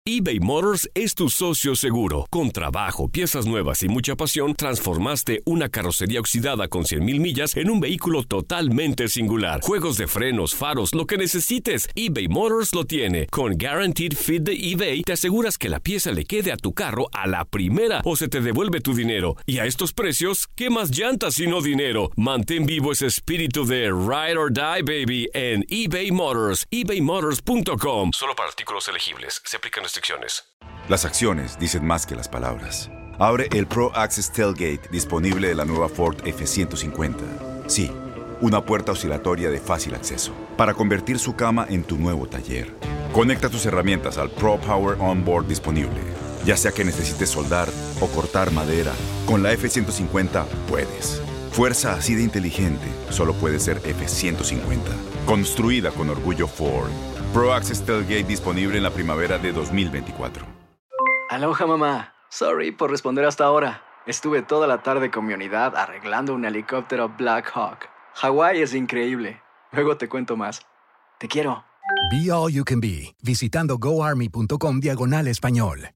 eBay Motors es tu socio seguro. Con trabajo, piezas nuevas y mucha pasión, transformaste una carrocería oxidada con 100,000 millas en un vehículo totalmente singular. Juegos de frenos, faros, lo que necesites, eBay Motors lo tiene. Con Guaranteed Fit de eBay, te aseguras que la pieza le quede a tu carro a la primera o se te devuelve tu dinero. Y a estos precios, ¿qué más llantas sino dinero? Mantén vivo ese espíritu de Ride or Die, baby, en eBay Motors. ebaymotors.com. Solo para artículos elegibles. Se aplican restricciones. Las acciones dicen más que las palabras. Abre el Pro Access Tailgate disponible de la nueva Ford F-150. Sí, una puerta oscilatoria de fácil acceso para convertir su cama en tu nuevo taller. Conecta tus herramientas al Pro Power Onboard disponible. Ya sea que necesites soldar o cortar madera, con la F-150 puedes. Fuerza así de inteligente solo puede ser F-150. Construida con orgullo Ford. Pro Access Tailgate disponible en la primavera de 2024. Aloha, mamá. Sorry por responder hasta ahora. Estuve toda la tarde con mi unidad arreglando un helicóptero Black Hawk. Hawái es increíble. Luego te cuento más. Te quiero. Be All You Can Be, visitando goarmy.com/español.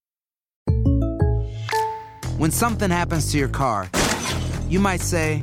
When something happens to your car, you might say,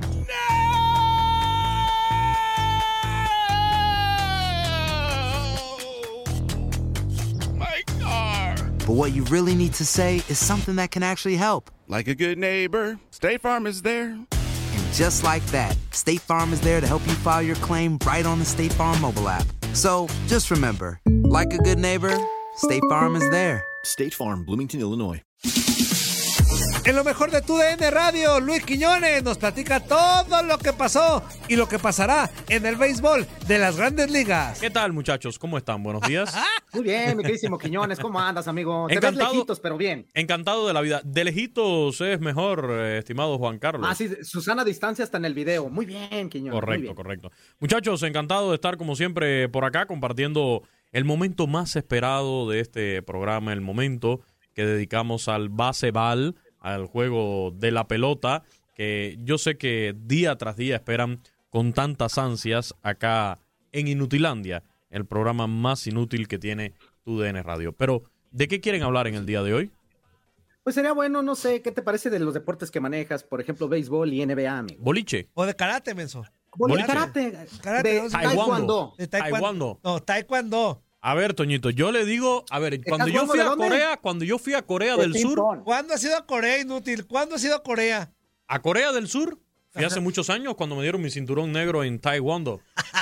but what you really need to say is something that can actually help. Like a good neighbor, State Farm is there. And just like that, State Farm is there to help you file your claim right on the State Farm mobile app. So just remember, like a good neighbor, State Farm is there. State Farm, Bloomington, Illinois. En lo mejor de tu DN Radio, Luis Quiñones nos platica todo lo que pasó y lo que pasará en el béisbol de las Grandes Ligas. ¿Qué tal, muchachos? ¿Cómo están? Buenos días. Muy bien, mi queridísimo Quiñones. ¿Cómo andas, amigo? Te ves lejitos, pero bien. Encantado de la vida. De lejitos es mejor, estimado Juan Carlos. Ah, sí, Susana Distancia está en el video. Muy bien, Quiñones. Correcto, correcto. Muchachos, encantado de estar como siempre por acá compartiendo el momento más esperado de este programa, el momento que dedicamos al baseball, al juego de la pelota, que yo sé que día tras día esperan con tantas ansias acá en Inutilandia, el programa más inútil que tiene tu DN Radio. Pero, ¿de qué quieren hablar en el día de hoy? Pues sería bueno, no sé, ¿qué te parece de los deportes que manejas? Por ejemplo, béisbol y NBA, amigo. Boliche. O de karate, menso. Boliche. Karate. De taekwondo. De taekwondo. No, taekwondo. A ver, Toñito, yo le digo, a ver, cuando yo fui a Corea del Sur. ¿Cuándo has ido a Corea, inútil? ¿Cuándo has ido a Corea? A Corea del Sur, fui hace muchos años cuando me dieron mi cinturón negro en taekwondo.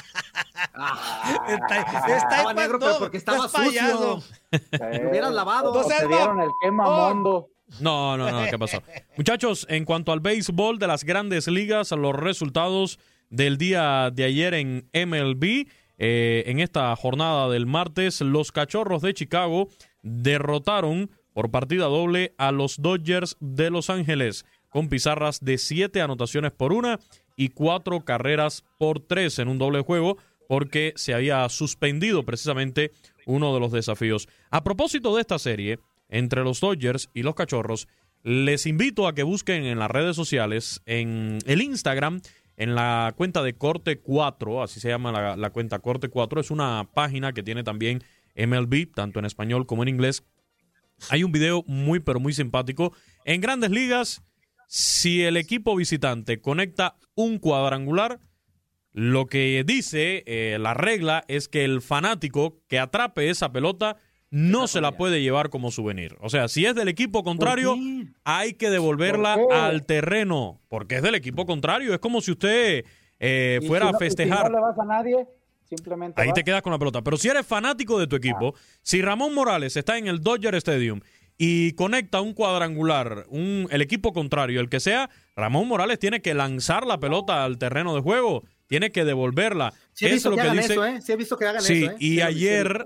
Es taekwondo, negro, pero porque estaba sucio. Lo hubieran lavado. O te dieron el quemamondo. No, ¿qué pasó? Muchachos, en cuanto al béisbol de las Grandes Ligas, los resultados del día de ayer en MLB. En esta jornada del martes, los Cachorros de Chicago derrotaron por partida doble a los Dodgers de Los Ángeles, con pizarras de 7 anotaciones por 1 y 4 carreras por 3 en un doble juego, porque se había suspendido precisamente uno de los desafíos. A propósito de esta serie, entre los Dodgers y los Cachorros, les invito a que busquen en las redes sociales, en el Instagram, en la cuenta de Corte 4, así se llama la cuenta Corte 4, es una página que tiene también MLB, tanto en español como en inglés. Hay un video muy, pero muy simpático. En Grandes Ligas, si el equipo visitante conecta un cuadrangular, lo que dice la regla es que el fanático que atrape esa pelota no se la puede llevar como souvenir. O sea, si es del equipo contrario, hay que devolverla al terreno, porque es del equipo contrario. Es como si usted fuera a festejar. Si no le vas a nadie, simplemente ahí te quedas con la pelota. Pero si eres fanático de tu equipo, si Ramón Morales está en el Dodger Stadium y conecta un cuadrangular, el equipo contrario, el que sea, Ramón Morales tiene que lanzar la pelota al terreno de juego. Tiene que devolverla. Sí he visto que hagan eso, ¿eh? Sí he visto que hagan eso, ¿eh? Y ayer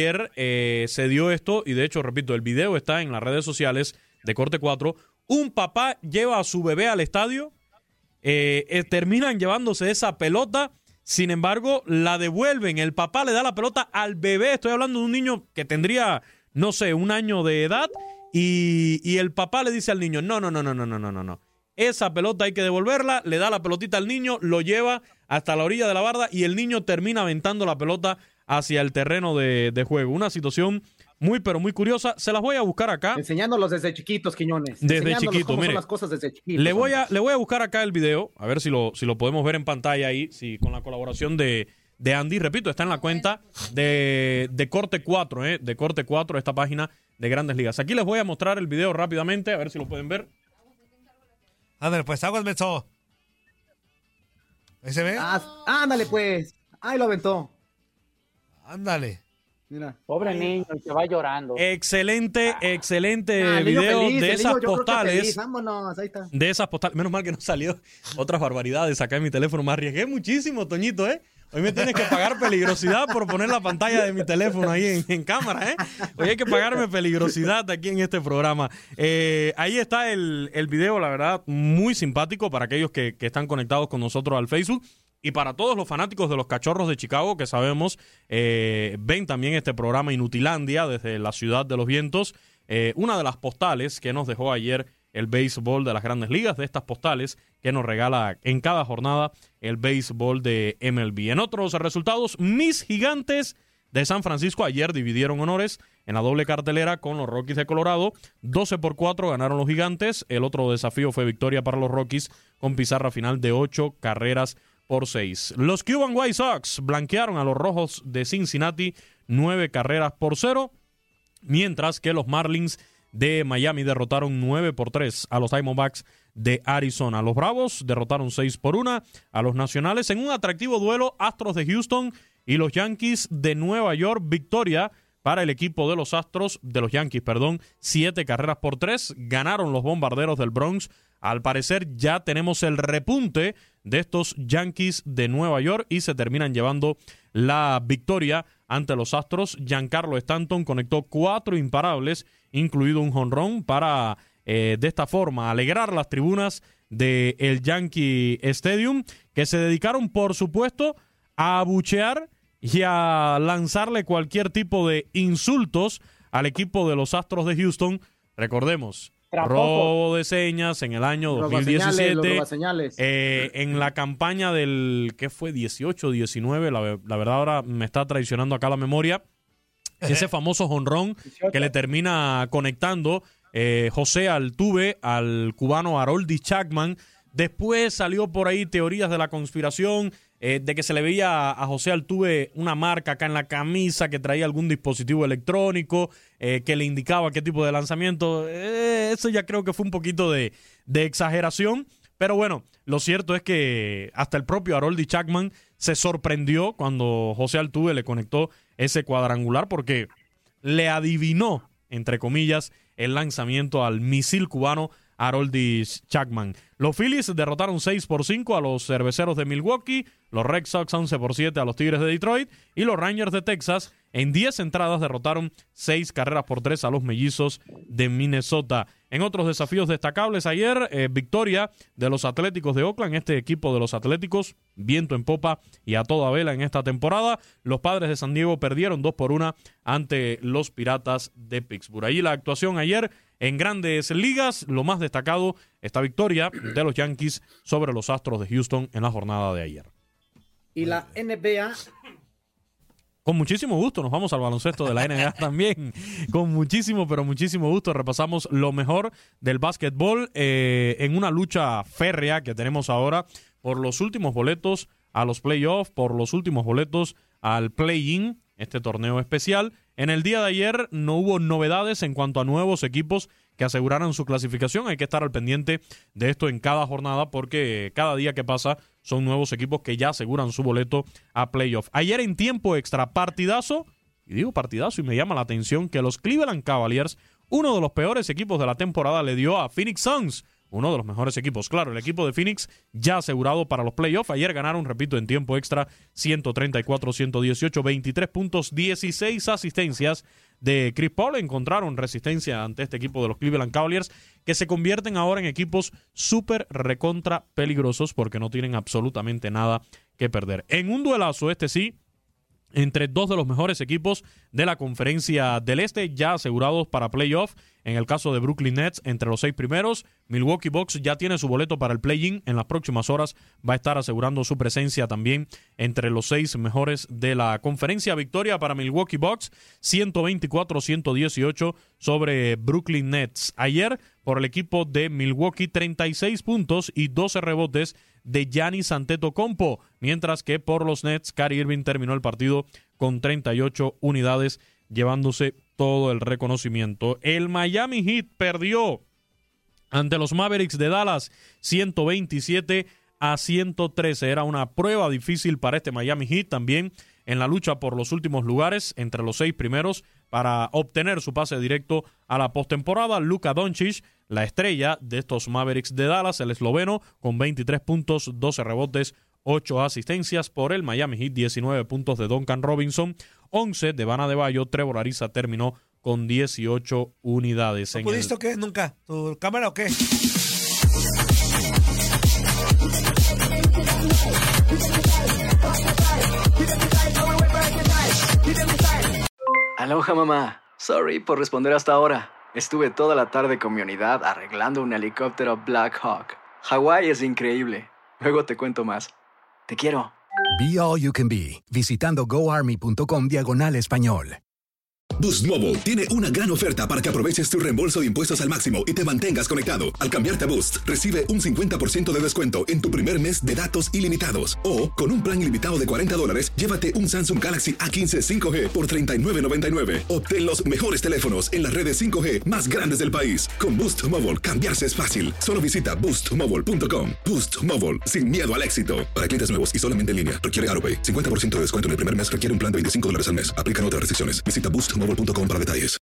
se dio esto, y de hecho, repito, el video está en las redes sociales de Corte 4. Un papá lleva a su bebé al estadio, terminan llevándose esa pelota, sin embargo, la devuelven. El papá le da la pelota al bebé. Estoy hablando de un niño que tendría, no sé, 1 año de edad, y el papá le dice al niño, no. Esa pelota hay que devolverla, le da la pelotita al niño, lo lleva hasta la orilla de la barda y el niño termina aventando la pelota hacia el terreno de juego. Una situación muy, pero muy curiosa. Se las voy a buscar acá. Enseñándolos desde chiquitos, Quiñones. Desde chiquito, cómo mire. son las cosas desde chiquitos. Le voy a buscar acá el video, a ver si lo podemos ver en pantalla ahí, con la colaboración de Andy. Repito, está en la cuenta de Corte 4, de Corte 4, esta página de Grandes Ligas. Aquí les voy a mostrar el video rápidamente, a ver si lo pueden ver. Ándale, pues, aguas, Metso. ¿Ahí se ve? Ándale, pues. Ahí lo aventó. Ándale. Mira. Pobre niño, y se va llorando. Excelente el video niño feliz, de el esas niño, yo creo que postales. feliz. Vámonos, ahí está. De esas postales. Menos mal que no salió otras barbaridades acá en mi teléfono. Me arriesgué muchísimo, Toñito, Hoy me tienes que pagar peligrosidad por poner la pantalla de mi teléfono ahí en cámara, Hoy hay que pagarme peligrosidad aquí en este programa. Ahí está el video, la verdad, muy simpático para aquellos que están conectados con nosotros al Facebook. Y para todos los fanáticos de los Cachorros de Chicago, que sabemos, ven también este programa Inutilandia desde la Ciudad de los Vientos. Una de las postales que nos dejó ayer el béisbol de las Grandes Ligas, de estas postales que nos regala en cada jornada el béisbol de MLB. En otros resultados, mis Gigantes de San Francisco ayer dividieron honores en la doble cartelera con los Rockies de Colorado. 12-4 ganaron los Gigantes. El otro desafío fue victoria para los Rockies con pizarra final de 8-6. Los Cuban White Sox blanquearon a los Rojos de Cincinnati 9-0, mientras que los Marlins de Miami derrotaron 9-3 a los Diamondbacks de Arizona. Los Bravos derrotaron 6-1 a los Nacionales en un atractivo duelo. Astros de Houston y los Yankees de Nueva York. Victoria para el equipo de los Yankees, 7-3. Ganaron los Bombarderos del Bronx. Al parecer ya tenemos el repunte de estos Yankees de Nueva York y se terminan llevando la victoria ante los Astros. Giancarlo Stanton conectó 4 imparables, incluido un jonrón, para de esta forma alegrar las tribunas del Yankee Stadium, que se dedicaron, por supuesto, a abuchear y a lanzarle cualquier tipo de insultos al equipo de los Astros de Houston. Recordemos, robo de señas en el año 2017. En la campaña del, ¿qué fue? 18-19, la verdad ahora me está traicionando acá la memoria. Ese famoso jonrón que le termina conectando José Altuve al cubano Aroldis Chapman. Después salió por ahí teorías de la conspiración, de que se le veía a José Altuve una marca acá en la camisa, que traía algún dispositivo electrónico, que le indicaba qué tipo de lanzamiento. Eso ya creo que fue un poquito de exageración. Pero bueno, lo cierto es que hasta el propio Aroldis Chapman se sorprendió cuando José Altuve le conectó ese cuadrangular, porque le adivinó, entre comillas, el lanzamiento al misil cubano Aroldis Chapman. Los Phillies derrotaron 6-5 a los Cerveceros de Milwaukee, los Red Sox 11-7 a los Tigres de Detroit y los Rangers de Texas en 10 entradas derrotaron 6-3 a los Mellizos de Minnesota. En otros desafíos destacables ayer, victoria de los Atléticos de Oakland, este equipo de los Atléticos, viento en popa y a toda vela en esta temporada. Los Padres de San Diego perdieron 2-1 ante los Piratas de Pittsburgh. Allí la actuación ayer en Grandes Ligas, lo más destacado, esta victoria de los Yankees sobre los Astros de Houston en la jornada de ayer. Y la NBA... Con muchísimo gusto nos vamos al baloncesto de la NBA también. Con muchísimo, pero muchísimo gusto repasamos lo mejor del básquetbol en una lucha férrea que tenemos ahora por los últimos boletos a los playoffs, por los últimos boletos al play-in, este torneo especial. En el día de ayer no hubo novedades en cuanto a nuevos equipos que aseguraran su clasificación. Hay que estar al pendiente de esto en cada jornada porque cada día que pasa son nuevos equipos que ya aseguran su boleto a playoff. Ayer en tiempo extra, partidazo, y digo partidazo y me llama la atención que los Cleveland Cavaliers, uno de los peores equipos de la temporada, le dio a Phoenix Suns, uno de los mejores equipos. Claro, el equipo de Phoenix ya asegurado para los playoffs. Ayer ganaron, repito, en tiempo extra 134-118, 23 puntos, 16 asistencias de Chris Paul. Encontraron resistencia ante este equipo de los Cleveland Cavaliers, que se convierten ahora en equipos súper recontra peligrosos porque no tienen absolutamente nada que perder. En un duelazo, este sí, entre dos de los mejores equipos de la Conferencia del Este, ya asegurados para playoff. En el caso de Brooklyn Nets, entre los 6 primeros, Milwaukee Bucks ya tiene su boleto para el play-in. En las próximas horas va a estar asegurando su presencia también entre los 6 mejores de la conferencia. Victoria para Milwaukee Bucks, 124-118 sobre Brooklyn Nets. Ayer, por el equipo de Milwaukee, 36 puntos y 12 rebotes de Giannis Antetokounmpo, mientras que por los Nets, Kyrie Irving terminó el partido con 38 unidades, llevándose todo el reconocimiento. El Miami Heat perdió ante los Mavericks de Dallas 127-113. Era una prueba difícil para este Miami Heat, también en la lucha por los últimos lugares entre los 6 primeros para obtener su pase directo a la postemporada. Luka Doncic, la estrella de estos Mavericks de Dallas, el esloveno, con 23 puntos, 12 rebotes, 8 asistencias. Por el Miami Heat, 19 puntos de Duncan Robinson, 11 de Bam Adebayo. Trevor Ariza terminó con 18 unidades. ¿No pudiste o qué? ¿Nunca? ¿Tu cámara o qué? Aloha, mamá. Sorry por responder hasta ahora. Estuve toda la tarde con mi unidad arreglando un helicóptero Black Hawk. Hawái es increíble. Luego te cuento más. Te quiero. Be All You Can Be, visitando goarmy.com/español. Boost Mobile tiene una gran oferta para que aproveches tu reembolso de impuestos al máximo y te mantengas conectado. Al cambiarte a Boost, recibe un 50% de descuento en tu primer mes de datos ilimitados. O, con un plan ilimitado de $40, llévate un Samsung Galaxy A15 5G por $39.99. Obtén los mejores teléfonos en las redes 5G más grandes del país. Con Boost Mobile, cambiarse es fácil. Solo visita boostmobile.com. Boost Mobile, sin miedo al éxito. Para clientes nuevos y solamente en línea, requiere AroPay. 50% de descuento en el primer mes requiere un plan de $25 al mes. Aplican otras restricciones. Visita boostmobile.com para detalles.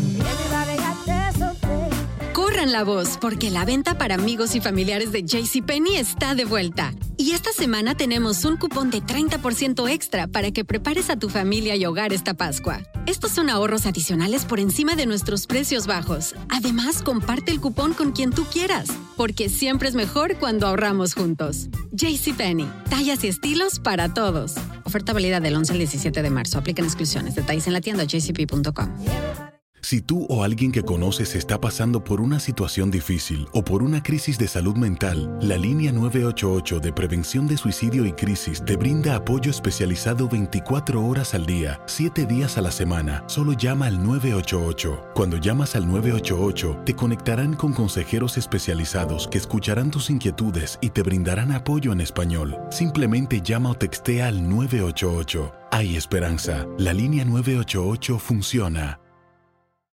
Corran la voz, porque la venta para amigos y familiares de JCPenney está de vuelta. Y esta semana tenemos un cupón de 30% extra para que prepares a tu familia y hogar esta Pascua. Estos son ahorros adicionales por encima de nuestros precios bajos. Además, comparte el cupón con quien tú quieras, porque siempre es mejor cuando ahorramos juntos. JCPenney, tallas y estilos para todos. Oferta válida del 11 al 17 de marzo. Aplican exclusiones. Detalles en la tienda jcp.com. Si tú o alguien que conoces está pasando por una situación difícil o por una crisis de salud mental, la línea 988 de prevención de suicidio y crisis te brinda apoyo especializado 24 horas al día, 7 días a la semana. Solo llama al 988. Cuando llamas al 988, te conectarán con consejeros especializados que escucharán tus inquietudes y te brindarán apoyo en español. Simplemente llama o textea al 988. Hay esperanza. La línea 988 funciona.